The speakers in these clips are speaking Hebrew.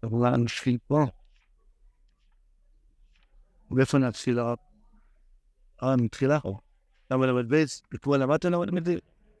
אבל נתחיל פה. ואיפה נתחיל הרב? מתחילה? למה למדבץ? וכמו למדת למדבץ?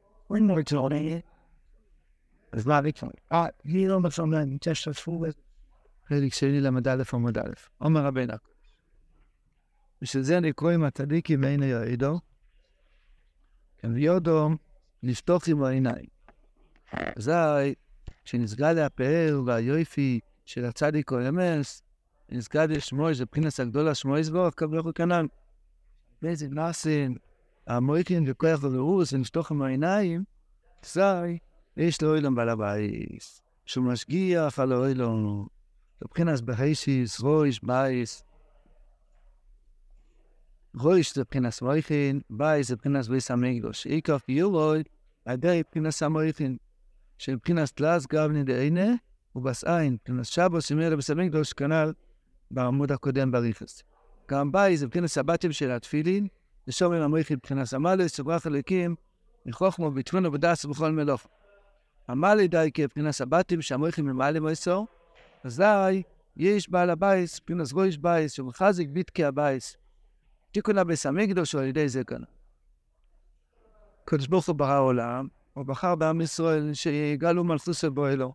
אז מה ריקה? היא לא מצום להם, תשתתפו בזה. חלק שני למד א' עמוד א'. אומר רבינו. בשביל זה אני קורא עם הצדיקים מעין היעידו. כן, ויודו לפתוח עם העיניים. אזי, שנסגד הפאר והיופי של הצדיק או אמס, נסגד לשמוע, זה בחינס הגדולה שמוע יסבור, קבלו כנן. באיזה נאסים, המויקים וכוח ולרוס, ונפתוח עם העיניים, אזי, יש לו אילם בעל הבייס, שהוא משגיח על האילום, לבחינס בהיסיס, רויש, בייס, רויש זה בחינס מויכין, בייס זה בחינס בייס המקדוש, איקף יורוי, עדי בחינס המויכין, של בחינס תלס גבני דעינה, ובסעין, בחינס שבו שמיר בייס המקדוש, כנל בעמוד הקודם בריחס. גם בייס זה בחינס הבתים של התפילין, ושומרים המויכין בחינס המלס, שברח הליקים, מחוכמו בתפונו בדס ובכל מלוך. המלי די כבחינס הבתים שהמויכין ממעלים מויסו, אזי יש בעל הבייס, בחינס רויש בייס, שמחזיק ביטקי הבייס, תיקון הבייס המקדוש על ידי זה כאן. קדוש ברוך הוא ברא העולם, הוא בחר בעם ישראל שיגלו מלכוסו בו אלו.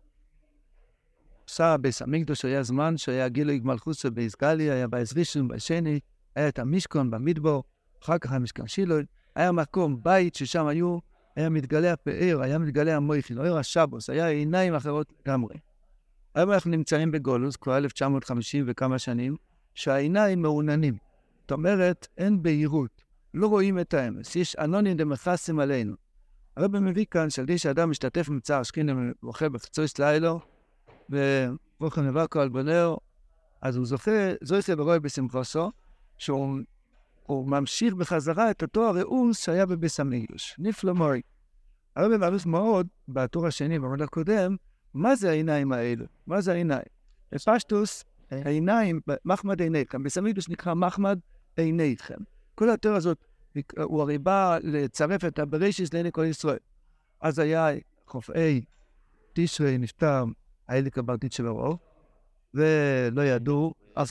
עשה בייס המקדוש היה זמן שהיה גילוי מלכוסו בייס גלי, היה בייס ראשון, בייס שני, היה את המשכון במדבר, אחר כך המשכן שילוי, היה מקום, בית ששם היה מתגלה הפאר, היה מתגלה המויכין, אויר השבוס, היה עיניים אחרות לגמרי. היום אנחנו נמצאים בגולוס, כבר 1950 וכמה שנים, שהעיניים מעוננים. זאת אומרת, אין בהירות, לא רואים את האמס, יש אנונים דמחסים עלינו. הרב מביא כאן שעל שאדם משתתף במצער שכין ואוכל בחצויס לילו, ובוכן נבקו על בונר, אז הוא זוכה ורואה בשמחוסו, שהוא ממשיך בחזרה את אותו הראוס שהיה בביס המקדוש. נפלא מורי. הרב מעריך מאוד, בטור השני, במועד הקודם, מה זה העיניים האלה? מה זה העיניים? בפשטוס, העיניים, מחמד עיניכם. ביס המקדוש נקרא מחמד עיניכם. כל התיאור הזאת, הוא הרי בא לצרף את הבראשיס לעיני כל ישראל. אז היה חופאי תשרי נפטר, האליק הברתית של הרוב, ולא ידעו,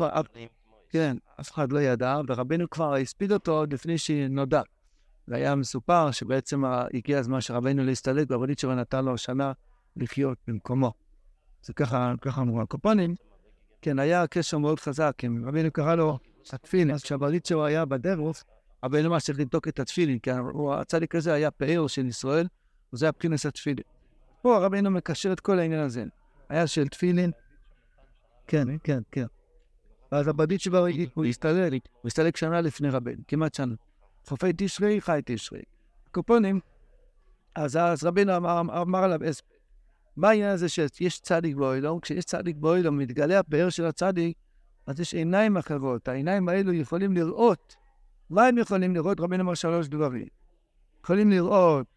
אף אחד לא ידע, ורבנו כבר הספיד אותו עוד לפני שנודע. והיה מסופר שבעצם הגיע הזמן שרבנו להסתלק, והרבנית שלו נתן לו שנה לחיות במקומו. זה ככה אמרו הקופונים. כן, היה קשר מאוד חזק, רבנו קרא לו התפילין, אז כשהברית שלו היה בדרך, רבנו ממש צריך לבדוק את התפילין, כי הצדיק הזה היה פאר של ישראל, וזה היה בחינס התפילין. פה רבנו מקשר את כל העניין הזה. היה של תפילין, כן. אז הברית שלו הוא הסתלק שנה לפני רבנו, כמעט שנה. חופי תשרי, חי תשרי. הקופונים, אז רבנו אמר עליו אספק. מה העניין הזה שיש צדיק באוילום? כשיש צדיק באוילום, מתגלה הפאר של הצדיק, אז יש עיניים אחרות. העיניים האלו יכולים לראות. מה הם יכולים לראות? רבנו אמר 3 דברים. יכולים לראות,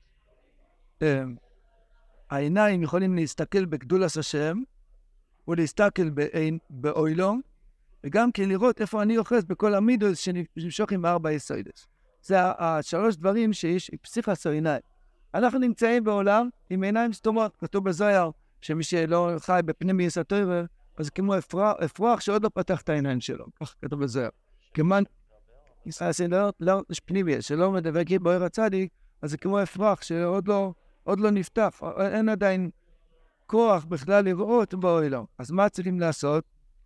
העיניים יכולים להסתכל בגדולת השם, ולהסתכל באוילום, וגם כן לראות איפה אני אוחז בכל המידוס שנמשוך עם 4 יסוידס. זה 3 דברים שיש פסיכס או עיניים. אנחנו נמצאים בעולם עם עיניים סתומות. כתוב בזוהר שמי שלא חי בפנימיוס התורה, אז זה כמו אפרוח שעוד לא פתח את העיניים שלו. כך כתוב בזוהר. כמובן, לא פנימיוס, שלא מדבק באור הצדיק, אז זה כמו אפרוח שעוד לא נפתח. אין עדיין כוח בכלל לראות בעולם. אז מה צריכים לעשות?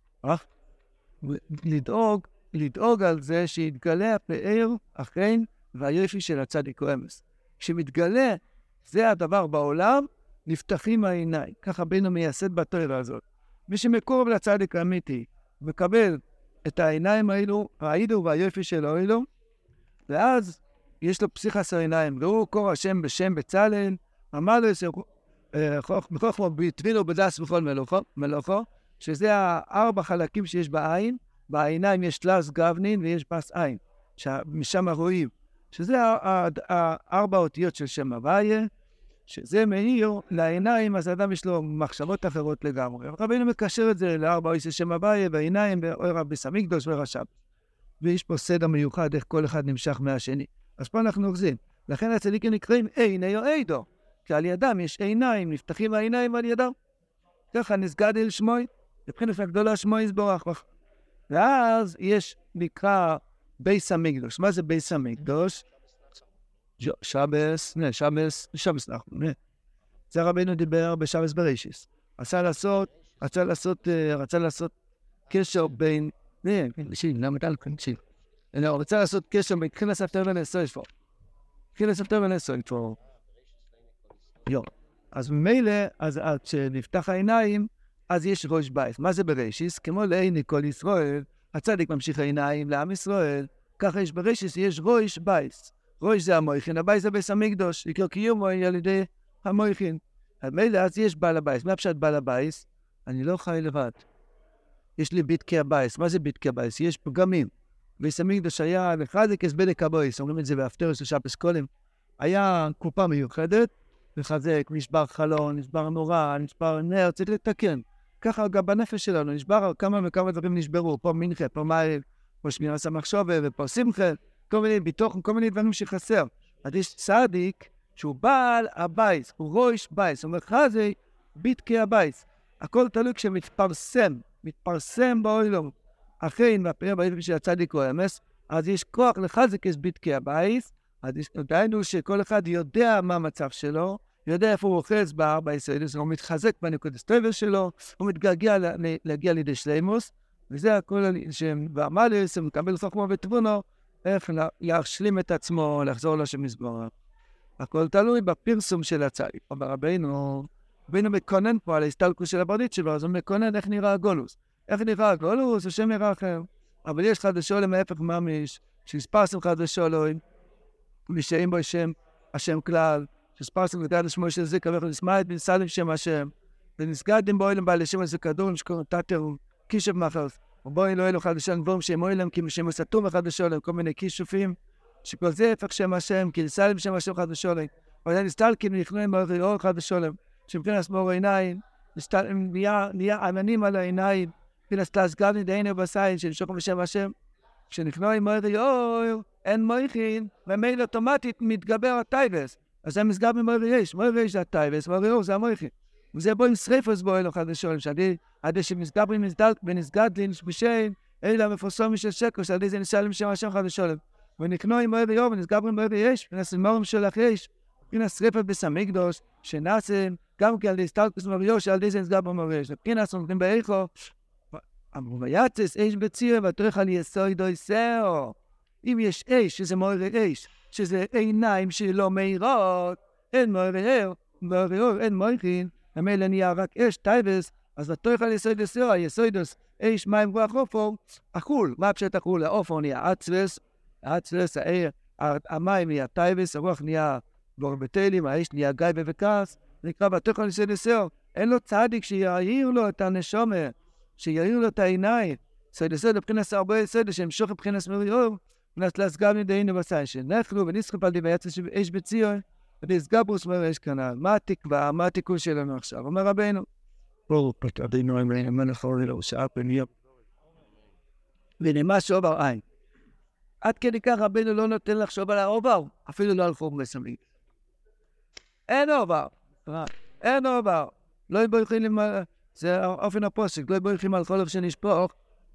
לדאוג על זה שיתגלה הפאר אכן והיופי של הצדיק או אמס. כשמתגלה זה הדבר בעולם, נפתחים העיניים. ככה בינו מייסד בתורה הזאת. מי שמקורב לצדיק האמיתי, מקבל את העיניים האלו, העידו והיופי של האלו, ואז יש לו פסיכס העיניים. והוא קורא השם בשם בצלאל, אמר לו מכוחו בתבינו בדס בכל מלוכו, שזה 4 חלקים שיש בעין. בעיניים יש תלס גבנין ויש פס עין, משם רואים, שזה 4 אותיות של שם הוויה, שזה מאיר לעיניים, אז האדם יש לו מחשבות אחרות לגמרי. רבינו מקשר את זה ל4 אותיות של שם הוויה, בעיניים, באור הביס המקדוש ורשב. ויש פה סדר מיוחד איך כל אחד נמשך מהשני. אז פה אנחנו אוחזים. לכן הצדיקים נקראים עיני או עידו, כי על ידם יש עיניים, נפתחים העיניים על ידם. ככה נסגד אל שמוי, מבחינת הגדולה שמו יזבורך. ואז יש נקרא בייס המקדוש. מה זה בייס המקדוש? שבס אנחנו. זה רבינו דיבר בשבס בראשיס. רצה לעשות קשר בין... רצה לעשות קשר בין תחילה ספטר ונסויפו. אז ממילא, אז כשנפתח העיניים, אז יש ראש בייס. מה זה בראשיס? כמו לעיני כל ישראל, הצדיק ממשיך העיניים לעם ישראל, ככה יש בראשיס, יש ראש בייס. ראש זה המויכין, הבייס זה בייס המקדוש, עיקר קיומו על ידי המויכין. ממילא, אז יש בעל הבייס. מה פשט בעל הבייס? אני לא חי לבד. יש לי ביטקי הבייס. מה זה ביטקי הבייס? יש פגמים. בייס המקדוש היה לחזק בדק הבייס, אומרים את זה בהפטר של שפס קולים. היה קופה מיוחדת, לחזק, נשבר חלון, נשבר נורה, נשבר נר, צריך לתקן. ככה גם בנפש שלנו, נשבר כמה וכמה דברים נשברו, פה מנחה, פה מייל, פה שמירה סמחשובה, ופה שמחה, כל מיני ביטוחים, כל מיני דברים שחסר. אז יש צדיק שהוא בעל הבייס, הוא ראש בייס, הוא אומר חזק, ביטקי הבייס. הכל תלוי מתפרסם באוילום. אכן, מהפעמים באיפה של הצדיק הוא אמס, אז יש כוח לחזק את ביטקי הבייס, אז דהיינו שכל אחד יודע מה המצב שלו, יודע איפה הוא אוחז בארבע יסודות, הוא מתחזק בנקודת הסטובר שלו, הוא מתגעגע להגיע לידי שלימוס, וזה הכל שבאמליס, הוא מקבל חוכמה ותבונו, איך להשלים את עצמו, לחזור לשם יזבורך. הכל תלוי בפרסום של הצדיק. אבל רבינו מקונן פה על ההסתלקות של הברדית שלו, אז הוא מקונן איך נראה הגולוס. איך נראה הגולוס? השם נראה אחר. אבל יש חדשו למהפך ממש, שהספרסם חדשו אלוהים, ושאים בו השם כלל, שספרסם לדעת לשמו של זיקה, ואנחנו נשמע את בנסלים שם השם, ונסגדים בו אילם בעל השם הזה כדור, שקוראים תתר קישב מחרס, ובו אלוהים חדשו נבום שם אילם, כי משם סתום חדשו אלוהים, כל מיני קישופים, שכל זה הפך שם השם, כי נסלים שם השם חדשו אלוהים, אבל נסתלקים ונכנעים באורי אור חדשו אלוהים, שמבחינת מאור העיניים, נהיה עננים על העיניים, מבחינת להסגד נדעינו בסיין, שנשוקו בשם השם, כשנכנעים באורי אור, אין מויכין, ומייל אוטומטית מתגבר הטייבס. אז זה מסגר ממוירי יש. מוירי יש זה הטייבס, מוירי אור זה המויכין. וזה בו עם שריפוס בו אלו חדשו, שעדי שמסגר ונסגד בשם, אלא מפורסום משל שקו, שעדי זה נשאלים שם השם חדשו. ונכנו עם מוירי אור, ונסגר במוירי יש, ונסמורים שלך יש, מבחינת שריפות בסמיקדוש, שנעשים, גם כי על די סטלקוס מוירי אור, שעל די זה נסגר במוירי יש. מבחינת סומכים באיכו, אמרו ויצס, אש בציר, ותורך על יסוידו יסאו. אם יש אש, שזה מוירי אש, שזה עיניים שלא מאירות, אין מוירי אור, אין מויכין, המילא נהיה רק אש, טייבס, אז ותורך על יסוידוס יסאו, יסוידוס, אש, מים רוח אופו, אכול, מה פשוט אכול? האופו נהיה עצבס, המים נהיה טייבס, הרוח נהיה בורבטלים, האש נהיה גייבה וכעס, נקרא ותורך על יסוידוס יסאו, אין לו צדיק שיעיר לו את הנשומה, שיעיר לו את העיניים, יסוידוס יסאו, לבחינס הרבה יסוידוס, שהמשוך לבחינס מוירי אור, ונסגב נדעינו בסיין שנחלו ונסחפ על די ויצא אש בציון ונסגברוס מר אש כנל. מה התקווה? מה התיקון שלנו עכשיו? אומר רבינו פתעדינו עם מלך אורי לו שעה פניה ונמה שעובר עין. עד כדי כך רבינו לא נותן לחשוב על העובר, אפילו לא על חור מסמית. אין עובר. לא יבויכים למה, זה אופן הפוסק, לא יבויכים על חולף שנשפוך,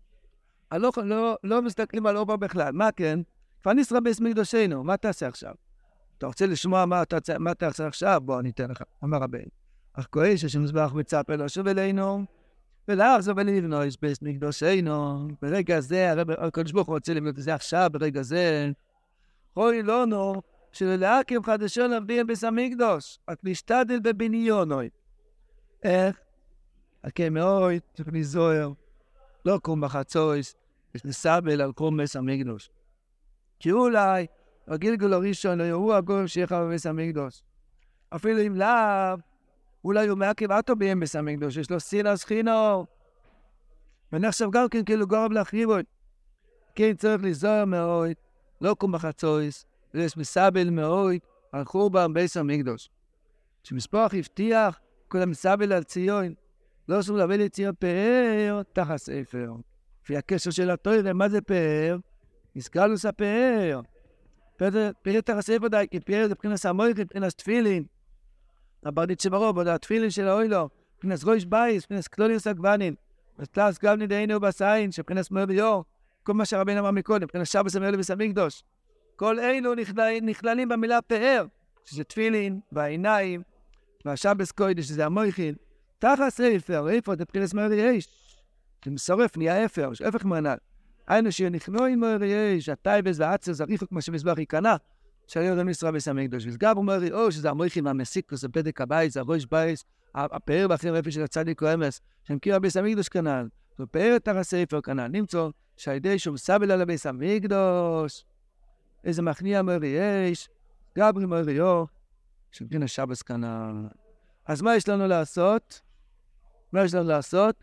לא מסתכלים על עובר בכלל. מה כן? כבר נסרה בייס מקדושנו, מה תעשה עכשיו? אתה רוצה לשמוע מה תעשה עכשיו? בוא, אני אתן לך. אמר רבי, אך כואש השם מזבח מצפה לו שוב אלינו, ולאחזור ולבנו יש בייס מקדושנו. ברגע זה, הקדוש ברוך הוא רוצה לבנות את זה עכשיו, ברגע זה, אוי לנו, שללהקים חדשו נביא בייס המקדוש, רק להשתדל בבניונו. איך? הכי מאוד, צריך לזוהר, לא קום בחצויס, יש נסבל על קום בייס המקדוש. כי אולי, הגלגול הראשון, הוא הגורם שיחר בייס המקדוש. אפילו אם לאו, אולי הוא מעכב עטו ביים בייס המקדוש, יש לו סינס חינו. ונחשב גם כן כאילו גורם להחריבו. כן צריך לזוהר מאוד, לא קום בחצויס, ויש מסבל מאוד, על חורבן בייס המקדוש. כשמספוח הבטיח, כל המסבל על ציון, לא אסור להביא לציון פאר תחת ספר. לפי הקשר של התורה, מה זה פאר? נזכרלוס הפאר. פאר תחת ספר די, כי פאר זה מבחינת המויכין, מבחינת תפילין. הברדית שברוב, עוד התפילין של האוילו, מבחינת ראש בייס, מבחינת קלוליוס הגוונין. ותלס גם נדעינו ובסיין, שבחינס מויר ויור, כל מה שהרבינו אמר מקודם, מבחינת שבס המאיר לביס המקדוש. כל אלו נכללים במילה פאר, שזה תפילין, והעיניים, והשבס קוידש, שזה המויכין. תחס אפר, אפר, זה מבחינת מויר יש. זה מסורף, נהיה אפר, הפך מרנל. היינו שנכנו עם מויר יש, הטייבס והעצר, זה ריחוק מה שמזבח יקנה, שהיו אדם ישראל ביס המקדוש. וסגב הוא מויר או, שזה המויכין והמסיק, זה בדק הבית, זה הראש בית, הפאר באחרים רפי של הצדיק או אמס, שהם קירה ביס המקדוש כנל. זה פאר תחס אפר כנל. נמצא שהידי שהוא מסבל על הביס המקדוש, איזה מכניע מויר יש, גברי מויר יור, שמכין השבס כנל. אז מה יש לנו לעשות? מה יש לנו לעשות?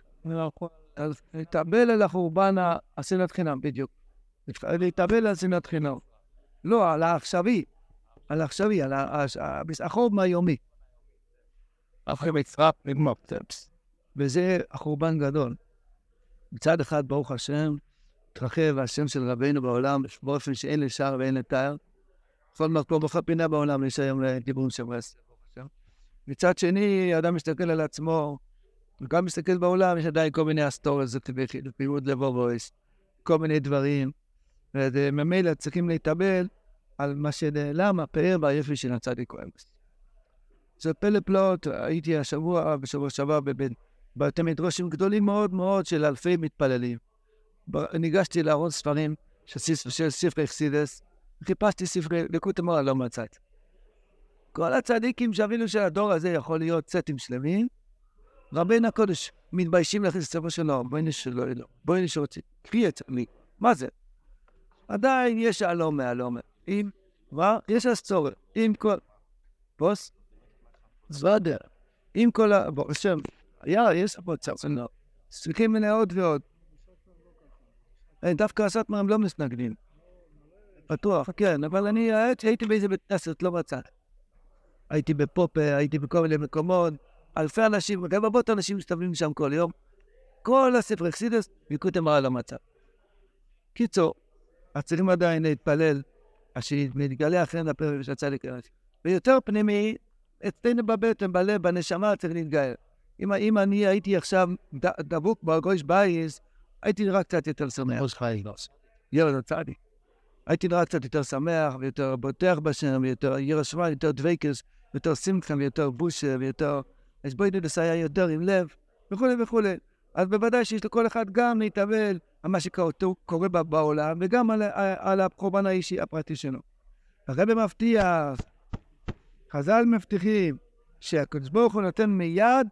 להתאבל על החורבן השנאת חינם, בדיוק. להתאבל על שנאת חינם. לא, על העכשווי. על העכשווי, על החורבן היומי. אחרי מצרף נגמפטפס. וזה החורבן גדול. מצד אחד, ברוך השם, התרחב השם של רבינו בעולם, באופן שאין לשער ואין לתאר. כל מקום, בכל פינה בעולם, יש היום דיבורים שם רס. מצד שני, האדם מסתכל על עצמו, וגם מסתכל בעולם, יש עדיין כל מיני אסטוריות, זה פירוט לבובויס, כל מיני דברים, וממילא צריכים להתאבל על מה למה פאר ביפי של הצדיק אמס. זה פלא פלאות, הייתי בשבוע שעבר בבתי מדרשים גדולים מאוד מאוד של אלפי מתפללים. ניגשתי לארון ספרים של ספרי חסידס, וחיפשתי ספרי לקוטי מוהר"ן, לא מצאתי. כל הצדיקים שהבינו שהדור הזה יכול להיות סטים שלמים, רבינו הקודש מתביישים להכניס לספר שלו, בואי נשרוצי, קריא את לי, מה זה? עדיין יש הלום מהלום, מה? יש אסצורת, עם כל... בוס? זוודר, עם כל ה... בוא, שם, יש פה צרצנות, סליחים מנה עוד ועוד. דווקא הסטמר הם לא מסנגדים. פתוח, כן, אבל אני הייתי באיזה בית כנסת, לא בצד. הייתי בפופה, הייתי בכל מיני מקומות, אלפי אנשים, רבבות אנשים מסתובבים שם כל יום. כל הספר חסידס, יקוטי מוהר"ן לא מצא. קיצור, צריכים עדיין להתפלל, שמתגלה אחרי הפרק של הצדיק אמס. ויותר פנימי, אצלנו בבטן, בלב, בנשמה צריך להתגאל. אם אני הייתי עכשיו דבוק בגויש בייס, הייתי נראה קצת יותר שמח. ילד הצדיק. הייתי נראה קצת יותר שמח, ויותר בוטח בשם, ויותר ירשמה, יותר דוויקס, יותר שמחה, ויותר בושה, ויותר... אז בואי נדסיה יותר עם לב, וכו' וכו'. אז בוודאי שיש לכל אחד גם להתאבל על מה שקורה בעולם, וגם על החורבן האישי הפרטי שלו. הרבי מבטיח, חז"ל מבטיחים, שהקדוש ברוך הוא נותן מיד,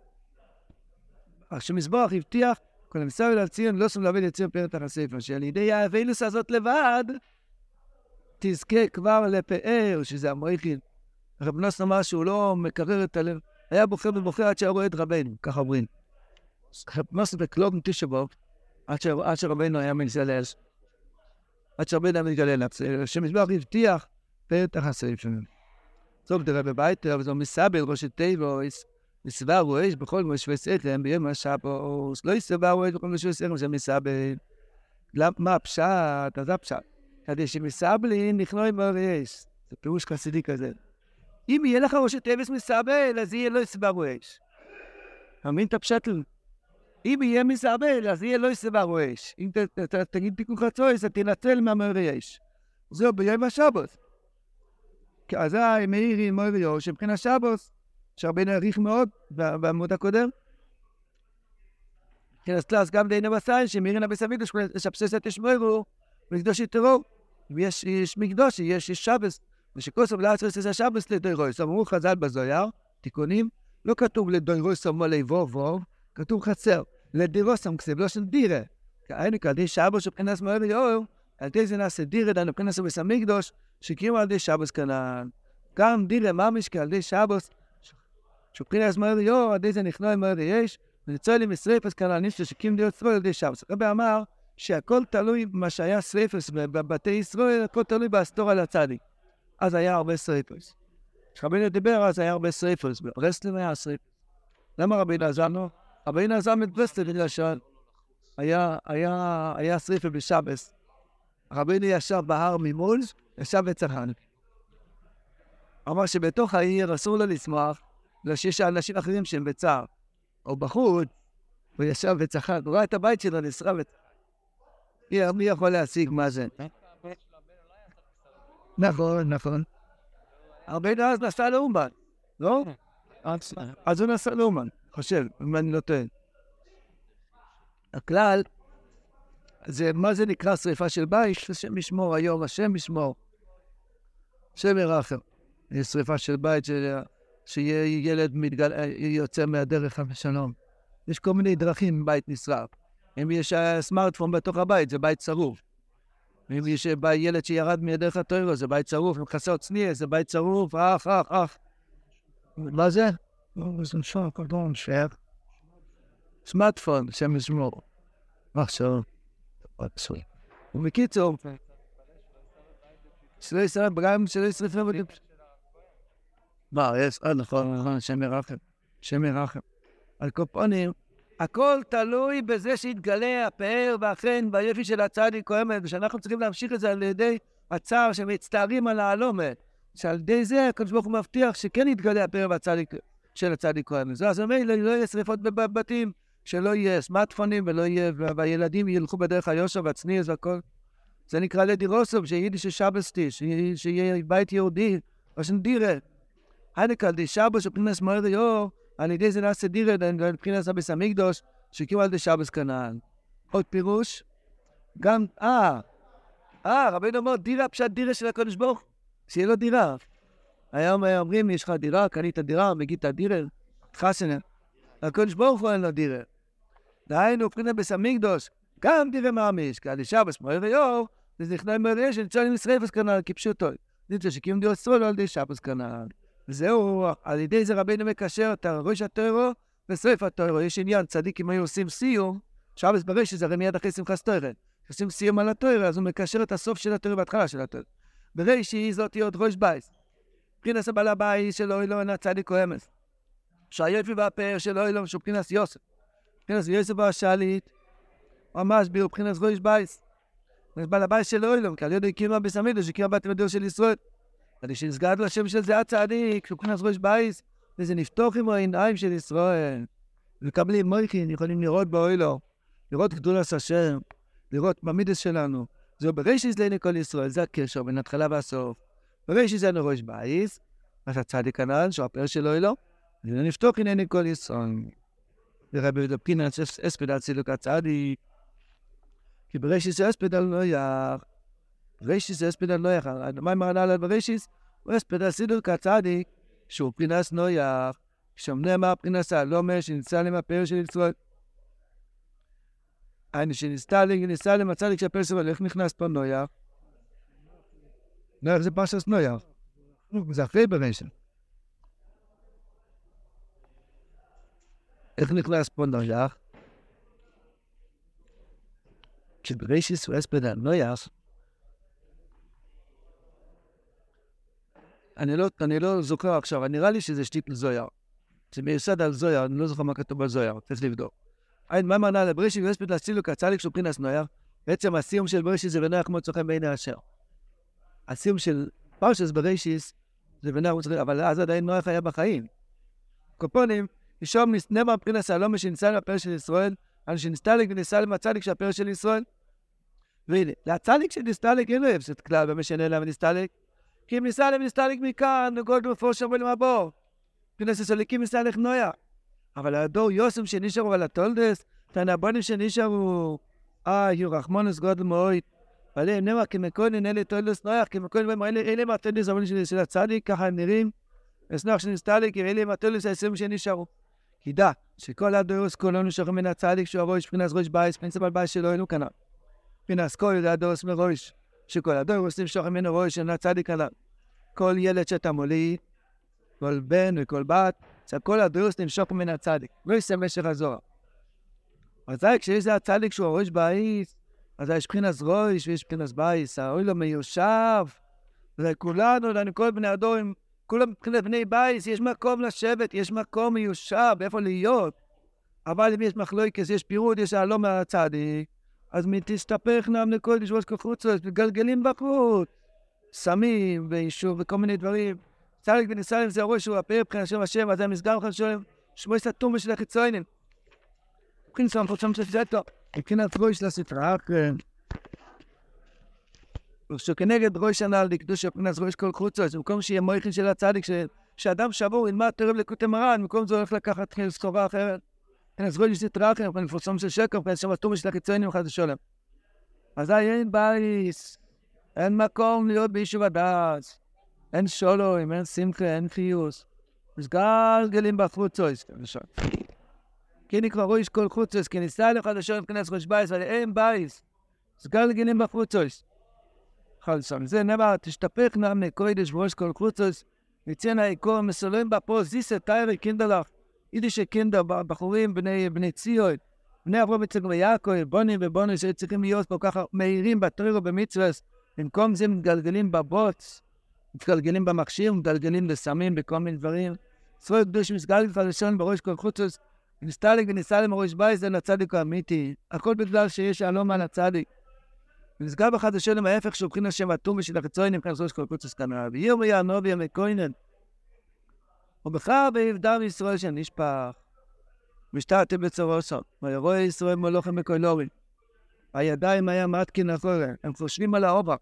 שמזבח הבטיח, כל המסר אל ציון לא שם להביא לציון פאר הספר, שעל ידי האבילוס הזאת לבד, תזכה כבר לפאר, שזה המויכין. רב נוס אמר שהוא לא מקרר את הלב, היה בוחר ובוחר עד שהרואה את רבינו, כך אומרים. רב נוס בקלוג תשבוב, עד שרבינו היה מתגלל, עד שרבינו היה מתגלל, שמזבח הבטיח פאר הספר. טוב, תראה בבית, אבל זו מסבל, ראשי טייבויס, מסבר רועש בכל משווה סכם, ביום השבוס, לא יסבר רועש בכל משווה סכם, זה מסבל. מה הפשט? אז הפשט. כדי שמסבלין נכנוע עם הרעש. זה פירוש חסידי כזה. אם יהיה לך ראשי טייבוס מסבל, אז יהיה לא יסבר רועש. אמין את הפשט? אם יהיה מסבל, אז יהיה לא יסבר רועש. אם תגיד תיקון חצויס, אז תנצל מהרעש. זהו, ביום השבוס. אז מאירי מוריו, שבחינת שבוס, שהרבה נעריך מאוד בעמוד הקודם. כן, אז תלס גם דיינה בסיין, שמאירינה בסמידוש, לשפסס את ישמורו, ולקדוש יתרו. ויש מקדושי, יש שבס, ושכוסם לעצרס את השבס לדוירויס. אמרו חז"ל בזויר, תיקונים, לא כתוב לדוירויס מולי ווב, כתוב חצר. לדירוסם כסב, לא של דירה. כהיינו כעדי שבוס שבחינת מוריו, על די זה נעשה דירה, דנו מבחינת סביס המקדוש, שקימו על די שבוס כנען. גם דירה ממש כעל די שבוס, שבחינת מוריו, על די זה נכנוע עם מורי יש, ונצא לי משריפס כנען נפשו שקים די ישראל על די שבוס. רבי אמר שהכל תלוי במה שהיה שריפס בבתי ישראל, הכל תלוי בהסתור על הצדיק. אז היה הרבה שריפס. כשרבינו דיבר, אז היה הרבה שריפס. ברסלב היה שריפס. למה רבינו עזם לו? רבינו עזם את ברסלב בגלל היה שריפס בשבס. רבינו ישב בהר ממול, ישב בצרחן. אמר שבתוך העיר אסור לו לשמוח, שיש אנשים אחרים שהם בצער. או בחוץ, הוא ישב וצחק, הוא ראה את הבית שלו נשרף. מי יכול להשיג מה זה? נכון, נכון. רבנו אז נסע לאומן, לא? אז הוא נסע לאומן, חושב, אם אני לא טוען. הכלל, מה זה נקרא שריפה של בית? השם ישמור היום, השם ישמור. השם ירחם. יש שריפה של בית שיהיה ילד יוצא מהדרך בשלום. יש כל מיני דרכים בית נשרף. אם יש סמארטפון בתוך הבית, זה בית שרוף. אם יש ילד שירד מהדרך התורה, זה בית שרוף. אם חסר צניע, זה בית שרוף. אח. מה זה? זה נשאר, קורדון, שייך. סמארטפון, שם ישמור. מחשוב. ובקיצור, שלא ישרף, גם שלא ישרף לבדים. מה, יש? נכון, שם ירחם. על קופונים, הכל תלוי בזה שיתגלה הפאר ואכן ביפי של הצדיק האמת, ושאנחנו צריכים להמשיך את זה על ידי הצער שמצטערים על העלומת, שעל ידי זה הקדוש ברוך הוא מבטיח שכן יתגלה הפאר של הצדיק האמת. אז אומר, לא יהיה שריפות בבתים, שלא יהיה סמארטפונים ולא יהיה, והילדים ילכו בדרך היושר והצניעס והכל. זה נקרא לדירוסוב, שיידיש שבסטי, שיהיה בית יהודי, או שנדירה. הנקל די שבס שפרינס מועד יור, על ידי זה נעשה דירה, פרינס הביס המקדוש, שקיעו על די שבס כנען. עוד פירוש, גם, רבינו אומר, דירה פשט דירה של הקדוש ברוך, שיהיה לו דירה. היום אומרים, יש לך דירה, קנית דירה, מגיד את הדירה, חסנה. הקדוש ברוך הוא אין לו דירה. דהיינו, פרינס הביס המקדוש, גם דירה מאמיש, כי על די שבס מועד יור, זה נכנע מראה שנצא למשרפס כנען, כפשוטו. זה שקיעו דירות סרולו על די שבס כנען. וזהו, על ידי זה רבינו מקשר את ראש התוירו ושריף התוירו. יש עניין, צדיקים היו עושים סיום, שבס ברשת זה הרי מיד אחרי שמחת תוירו. עושים סיום על התוירו, אז הוא מקשר את הסוף של התוירו בהתחלה של התוירו. ברשת זאת להיות ראש בייס. פרינס הבעל הבייס שלו אילו אינה צדיק או אמס. שהיופי והפאר שלו אילו שהוא פרינס יוסף. פרינס יוסף והשאלית, ממש בירו פרינס ראש בייס. פרינס בעל הבייס שלו אילו, כי על ידי קימה בסמידו שקימה בת מדור של ישראל. כדי שנסגד לשם של זה הצדיק, שהוא כנס ראש בייס, וזה נפתוח עם העיניים של ישראל. מקבלים מויכין, יכולים לראות באוילו, לראות גדולת השם, לראות במידס שלנו. זהו בראשיס לעיני כל ישראל, זה הקשר בין התחלה והסוף. בראשיס זה ראש בייס, אז הצדיק הנעל, שהוא הפאר של אוילו, וזה נפתוח עם עיני כל ישראל. ורבי דפקינה אספד על צילוק הצדיק, כי בראשיס זה אספד על נויח, בראשיס זה אספד על נויח, מה מרנה על בראשיס? הוא אספד על צילוק הצדיק, שהוא פרינס נויח, שומנה מה פרינס הלומה, שנצא להם הפאר של ישראל. שניסה להם הצדיק של הפאר של ישראל, איך נכנס פה נויח? נויח זה פרשס נויח, זה אחרי בראשיס. איך נכנס פה נויח? כשבראשיס הוא אספד על נויח, אני לא זוכר עכשיו, נראה לי שזה שטיפ לזויר. זה מיוסד על זויר, אני לא זוכר מה כתוב בזויר, צריך לבדוק. מה מרנה לבראשיס ואספד להצילוק הצדיק שהוא פרינס נויח? בעצם הסיום של בראשיס זה ונח כמו צוחם בעיני אשר. הסיום של פרשס בראשיס זה ונח כמו צוחם, אבל אז עדיין נויח היה בחיים. קופונים, ישום נאמר פרינס הלומה שנצא לפאר של ישראל, על שנסתלק וניסה למצדיק של הפאר של ישראל. והנה, להצדיק שנסתלק אין לו הפסד כלל במשנה למה נסתלק. כי אם ניסה להם נסתלק מכאן, נגוד מפורש הרבה למבור. פרינס הסוליקים נסתלק נויה. אבל הדור יוסם שנשארו על התולדס, תנבונים שנשארו, יהיו רחמונס גודל מאוד. ועליהם נאמר, כמקונן אלה תולדס נויה, כמקונן אלה מהתולדס המונים של הצדיק, ככה הם נראים. אסנח שנסתלק, אלה מהתולדס העשרים שנשארו. ידע שכל הדורוס כולו נשארו מן הצדיק, שהוא הראש, פרינס ראש בייס, פרינס בעל בייס שלו אינו כנראה. פרינס כל ידע הדורוס מראש. שכל הדורוס נמשוך ממנו ראש של הצדיק עליו. כל ילד שאתה מוליד, כל בן וכל בת, שכל הדורוס נמשוך מן הצדיק. לא יסם משך הזוהר. אז כשיש זה הצדיק שהוא הראש בייס, אז יש פרינס ראש ויש פרינס בייס. האוי לו מיושב. וכולנו, כל בני הדור, כולם מבחינת בני בייס, יש מקום לשבת, יש מקום מיושב, איפה להיות. אבל אם יש מחלוקת, יש פירוד, יש הלא מהצדיק. אז מתסתפך נעם לכל לשבוש כחוצות, וגלגלים בחוץ, סמים ואישור וכל מיני דברים. צדיק וניסה זה הראש שהוא הפאר בחינת שם השם, אז המסגר לך שואלים, שמוע סתום בשל החיצונים. מבחינת המפורסם של סטו, מבחינת ראש לספרה, שכנגד ראש הנעל לקדוש מבחינת ראש כל חוצה, במקום שיהיה מויכין של הצדיק, שאדם שבור ילמד תרב לקוטי מרן, במקום זה הולך לקחת סחורה אחרת. אז ראש לספרה אחרת, מבחינת המפורסם של שקר, מבחינת שבתום של החיצונים אחד השולם. אז אין בייס, אין מקום להיות ביישוב הדס, אין שולוים, אין שמחה, אין חיוס. יש גלגלים בחוצויס, כי נקרא ראש כל חוצויס, כי ניסה לך לשאול מבחינת ראש בייס, אבל אין בייס. יש גלגלים בחוצויס. חלסון, זה נאמר, תשתפך נאמני קוידש בראש כל חוצויס, וציין העיקור מסולאים בפה, זיסה טיירי קינדלך, יידישה קינדר, בחורים, בני ציון, בני אברהם יצחק ויעקב, בונים ובונים שצריכים להיות כל כך מהירים בתורה ובמצוות, במקום זה מתגלגלים בבוץ, מתגלגלים במכשיר, מתגלגלים לסמים, בכל מיני דברים. ספר קדוש מסגלגל חדשון בראש כל חוצוס, ונסתלק וניסה למראש בייס, זה לצדיק האמיתי. הכל בגלל שיש שלום על הצדיק. ונסגל בחדשון עם ההפך שופכין השם הטום ושל החיצונים, מבחינת ראש כל חוצוס כנראה. וירמיה הנביא המקוינן. ובחר בעבדם ישראל שנשפך. משתעתם בצרוסו, ויראה ישראל מולוכם בקולורים. הידיים היה מתקין אחורה, הם חושבים על העובר.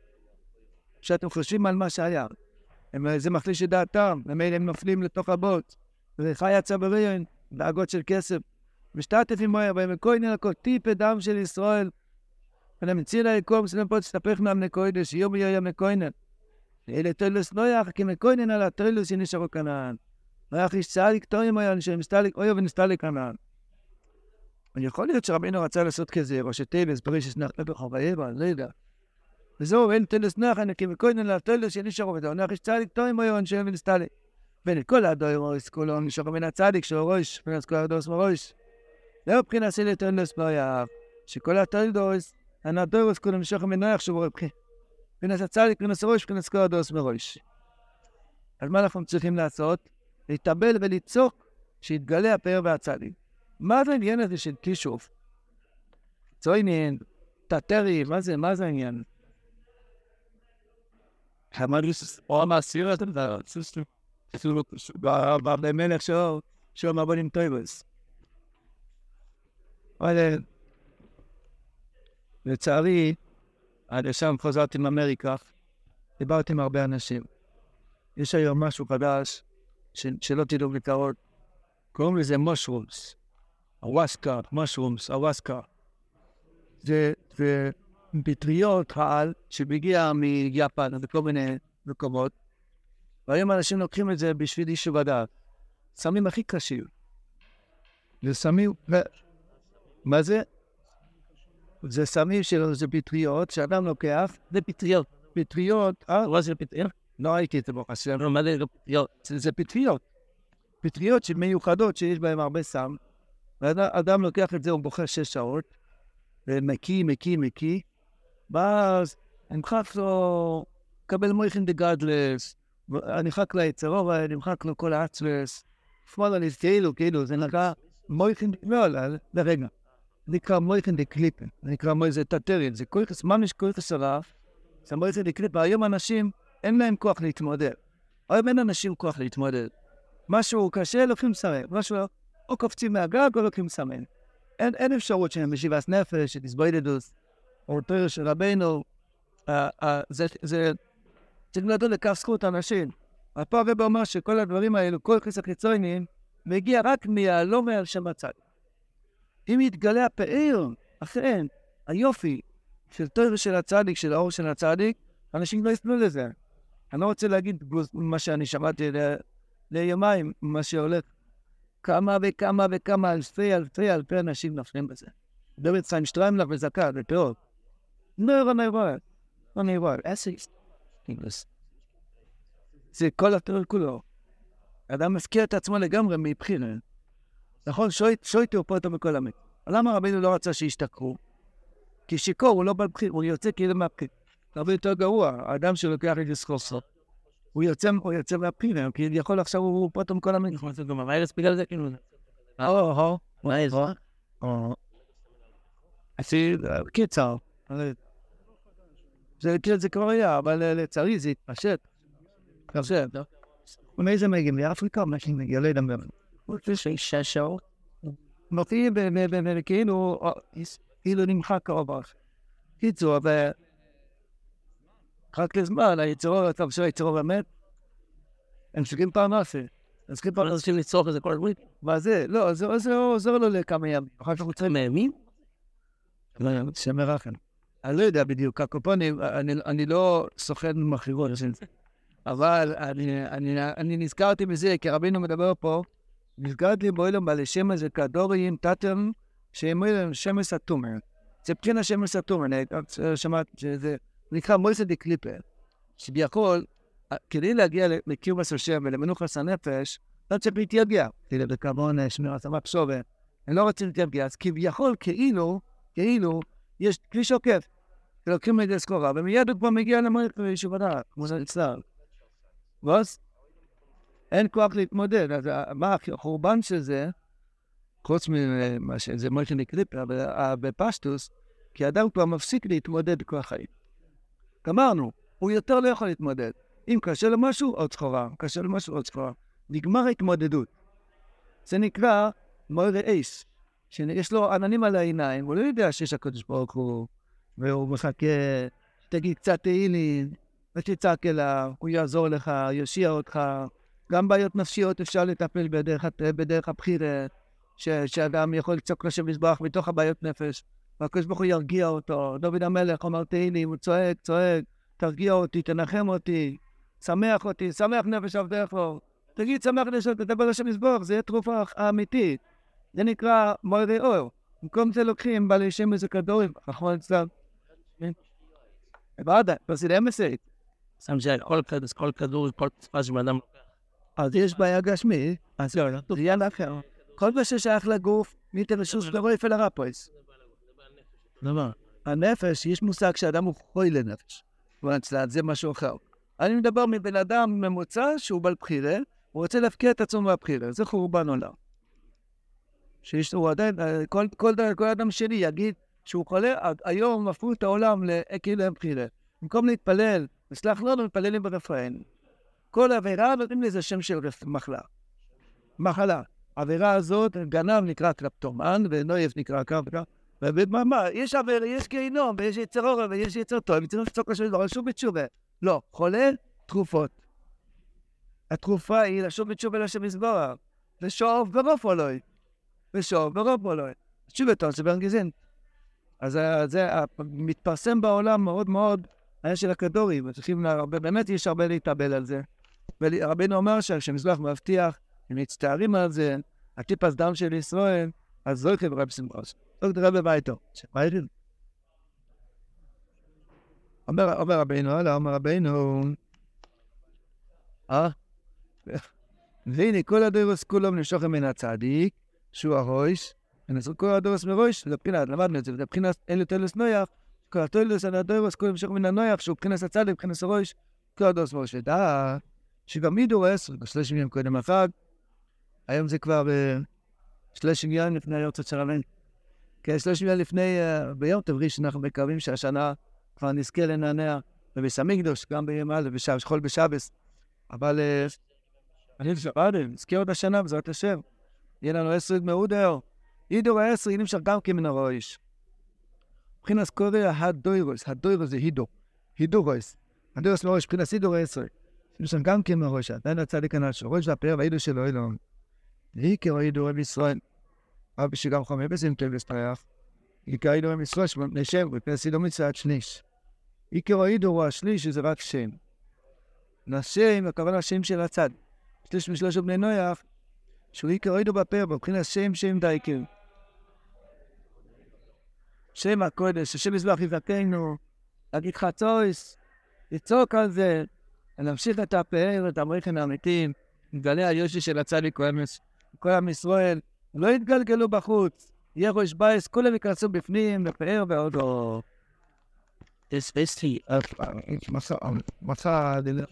כשאתם חושבים על מה שהיה, זה מחליש את דעתם, הם נופלים לתוך הבוט. וחי הצבריין, דאגות של כסף. משתעתם עם מויה, והם מקוינן הכל טיפה דם של ישראל. ונמציא ליקום, סלם פה תסתפך מאמני קוידש, יום יהיה מקוינן. אלה תלוס נויח, כי מקוינן על התלוס שנשארו כנען. נויח איש צדיק תורים היה, שמסתליק אויו ונסתליק כנען. יכול להיות שרבינו רצה לעשות כזה, ראשי תלס, ברישס נחלה בחווייבה, אני לא יודע. וזהו, אין תלס נחן, כי מקוינן על התלוס שנשארו, ונויח איש צדיק תורים היה, אנשם ונסתליק. בין כל הדוירוס, כולו נשארו מן הצדיק של ראש, מבחינת כל הדוס מראש. זהו מבחינת של תלס נויח, שכל התלדוס, הנדוירוס כולו נשארו מן נויח שבו מבחינת הצדיק, מבחינת ראש, מבחינת כל הדוס מראש. אז מה אנחנו צריכים לעשות? להתאבל ולצוק שיתגלה הפאר והצדיק. מה זה העניין הזה של כישוף? צוינין, תתרי, מה זה העניין? המדריס, או המעשיר, אתם יודעים, במלך שהוא מבונים טויבוס. אבל לצערי, עד שם חזרתי מאמריקה, דיברתי עם הרבה אנשים. יש היום משהו חדש, שלא תדעו לקרוא, קוראים לזה mushrooms, אווסקה, אווסקה. זה פטריות העל שמגיע מיפן וכל מיני מקומות, והיום אנשים לוקחים את זה בשביל יישוב הדעת. סמים הכי קשים. זה סמים, מה זה? זה סמים שלו, זה פטריות, שאדם לוקח, זה פטריות. פטריות, מה זה פטריות? לא הייתי את זה בוחסר, מה זה פטריות? זה פטריות. פטריות שמיוחדות שיש בהן הרבה סם, ואדם לוקח את זה, הוא בוחר 6 שעות, ומקיא, ואז נמחק לו, קבל מויכין דגדלס, נמחק לו יצרו, ונמחק לו כל האצלס, שמאלה נזכאילו, כאילו, זה נקרא מויכין דגמול, לרגע. נקרא מויכין דקליפן, נקרא מויכין דטטרין, זה כויכס, ממש כויכס הרף, זה מויכין דקליפן, והיום אנשים, אין להם כוח להתמודד. היום אין אנשים כוח להתמודד. משהו קשה, לוקחים סמן. משהו, או קופצים מהגג, או לוקחים סמן. אין אפשרות שהם משיבת נפש, שתסבוידדוס, או תויר של רבינו. זה צריך לדון לכף זכות אנשים. הפעם רב אומר שכל הדברים האלו, כל חיס החיצוניים, מגיע רק מהלא מעל שם הצד. אם יתגלה הפעיר, אכן, היופי של תויר של הצדיק, של האור של הצדיק, אנשים לא יסנו לזה. אני לא רוצה להגיד מה שאני שמעתי ליומיים, מה שהולך. כמה וכמה אלפי אנשים נפלים בזה. דוד סיינשטריימלך וזקה, זה פאות. אני רואה. זה כל התיאור כולו. אדם מזכיר את עצמו לגמרי מבחינה. נכון, שויתי הוא פה אותו מכל המת. למה רבינו לא רצה שישתכרו? כי שיקור הוא לא בבחיר, הוא יוצא כאילו מהבחיר. הרבה יותר גרוע, האדם שלוקח את הסחוסו, הוא יוצא מהבחינה, כי יכול עכשיו הוא פה אותו מכל המת. נכון, זה גם המיירס בגלל זה כאילו. מה זה? עשי, קיצר. זה כבר היה, אבל לצערי זה התפשט. עכשיו, ומאיזה מגיעים? לאפריקה, מה שמגיע, לא ידע באמת. הוא חושב 6 שעות. מופיעים כאילו נמחק האורח. קיצור, רק לזמן, היצור, אתה חושב, היצור המת, הם צריכים פרנסה. הם צריכים פרנסה. צריכים לצרוך את זה כל הזמן. מה זה? לא, זה עוזר לו לכמה ימים. אחר כך הוא צריך מימים? שמרחם. אני לא יודע בדיוק, הקופונים, אני לא סוכן מכירות של זה. אבל אני נזכרתי בזה, כי רבינו מדבר פה, נזכרתי באוילם בעלי שמש וכדוריים, תתם, שהם אוילם שמש התומר. זה בחינה שמש התומר, שמעת שזה נקרא מויסא דה קליפר, שביכול, כדי להגיע לקיומס השם ולמנוחת הנפש, לא צריך להתייגע, כאילו בקרבון שמירת המחשבת, אני לא רוצה להתייגע, אז כביכול, כאילו, יש כביש עוקף, ולוקחים את זה סחורה, ומיד הוא כבר מגיע למערכת וישובדה, כמו זה אצלם. ואז אין כוח להתמודד, אז מה החורבן של זה, חוץ ממה שזה מויסא דה קליפר, בפשטוס, כי האדם כבר מפסיק להתמודד כל החיים. אמרנו, הוא יותר לא יכול להתמודד. אם קשה למשהו, עוד סחורה. קשה למשהו, עוד סחורה. נגמר ההתמודדות. זה נקרא מוירא אייס, שיש לו עננים על העיניים, הוא לא יודע שיש הקדוש ברוך הוא, והוא מחכה, תגיד קצת תהילים, ותצעק אליו, הוא יעזור לך, יושיע אותך. גם בעיות נפשיות אפשר לטפל בדרך הבחירה, שאדם יכול לצעוק לשם מזבח מתוך הבעיות נפש, והקדוש ברוך הוא ירגיע אותו. דוד המלך אומר תהילים, הוא צועק, תרגיע אותי, תנחם אותי, שמח אותי, שמח נפש עבדך. תגיד, שמח נפש, תדבר לשם מזבח, זה יהיה תרופה אמיתית. זה נקרא מוירא אור. במקום זה לוקחים בעלי שמש וכדורים, אחרון אצלם. ועדה, פרסיד אמסית. שם כל כדור, כל צפה שבאדם לוקח. אז יש בעיה גשמי, אז זה יהיה לאחר. כל מה ששייך לגוף, ניתן לשוס לרוי ולרפויס. דבר. הנפש, יש מושג שאדם הוא חוי לנפש. זה משהו אחר. אני מדבר מבן אדם ממוצע שהוא בעל בחירה, הוא רוצה להפקיע את עצמו מהבחירה, זה חורבן עולם. שהוא עדיין, כל אדם שלי יגיד שהוא חולה, היום הפכו את העולם כאילו הם בחירה. במקום להתפלל, וסלח לנו, מתפללים ברפאן. כל עבירה נותנים לזה שם של מחלה. העבירה הזאת, גנב נקרא קלפטומן, ונויף נקרא קרקע. יש עבר, יש גיהינום, ויש יצר אור, ויש יצר טוב, וצריך לצעוק לשם דבר, לשוב בתשובה. לא, חולה, תרופות. התרופה היא לשוב בתשובה לשם יזברך. לשאוב ברוב אלוהי. תשובה טוב, זה ברנגזין. אז זה מתפרסם בעולם מאוד מאוד, היה של הכדורים, באמת יש הרבה להתאבל על זה. ורבינו אומר שהמזבח מבטיח, הם מצטערים על זה, הטיפס דם של ישראל, אז זו חברה בסמרוס. לא תראה בביתו. מה ידעים? אומר רבינו, והנה כל הדרוס כולם נמשוכם מן הצדיק, שהוא הראש, ונעשו כל הדרוס מראש, זה בחינת, למדנו את זה, זה בחינת אלו תלוס נויח, כל התולוס על הדרוס כולם נמשוך מן הנויח, שהוא בחינת הצדיק, בחינת הראש, כל הדרוס מראש. ודעה, שגם מידורס, 30 יום קודם החג, היום זה כבר 30 יום לפני היורצות של רבנו. כן, 30 יום לפני, ביום תבריש, אנחנו מקווים שהשנה כבר נזכה לנענע בביס המקדוש, גם ביום א' חול בשבס. אבל אני נזכה עוד השנה, בעזרת השם. יהיה לנו 10 מעודר. הידור ה-10 נמשך גם כמן הראש. מבחינת קורא הדוירוס זה הידורוס. הדוירוס מראש, מבחינת הידור ה-10. נמשך גם כמן הראש. עדיין הצדיק הנש, הראש והפאר והידור שלו אלוהים. עיקר הידור עם ישראל. אבל שגם חומר בזים טוב לספריח. עיקר הידור עם ישראל נשב ופרסי לא מצוות שליש. עיקר הידור הוא השליש, שזה רק שם. נשם, הכוונה השם של הצד. שליש משלוש בני נויח, שהוא עיקר הידור בפאר, מבחינת שם דייקר. שם הקודש, השם מזבח יבקנו, להגיד חצויס, לצעוק על זה, להמשיך את הפאר, את המריחים האמיתיים, נגלה היושי של הצדיק כל עם ישראל, לא יתגלגלו בחוץ, יהיה ראש בייס, כולם ייכנסו בפנים, בפאר ועוד. This is the מסע,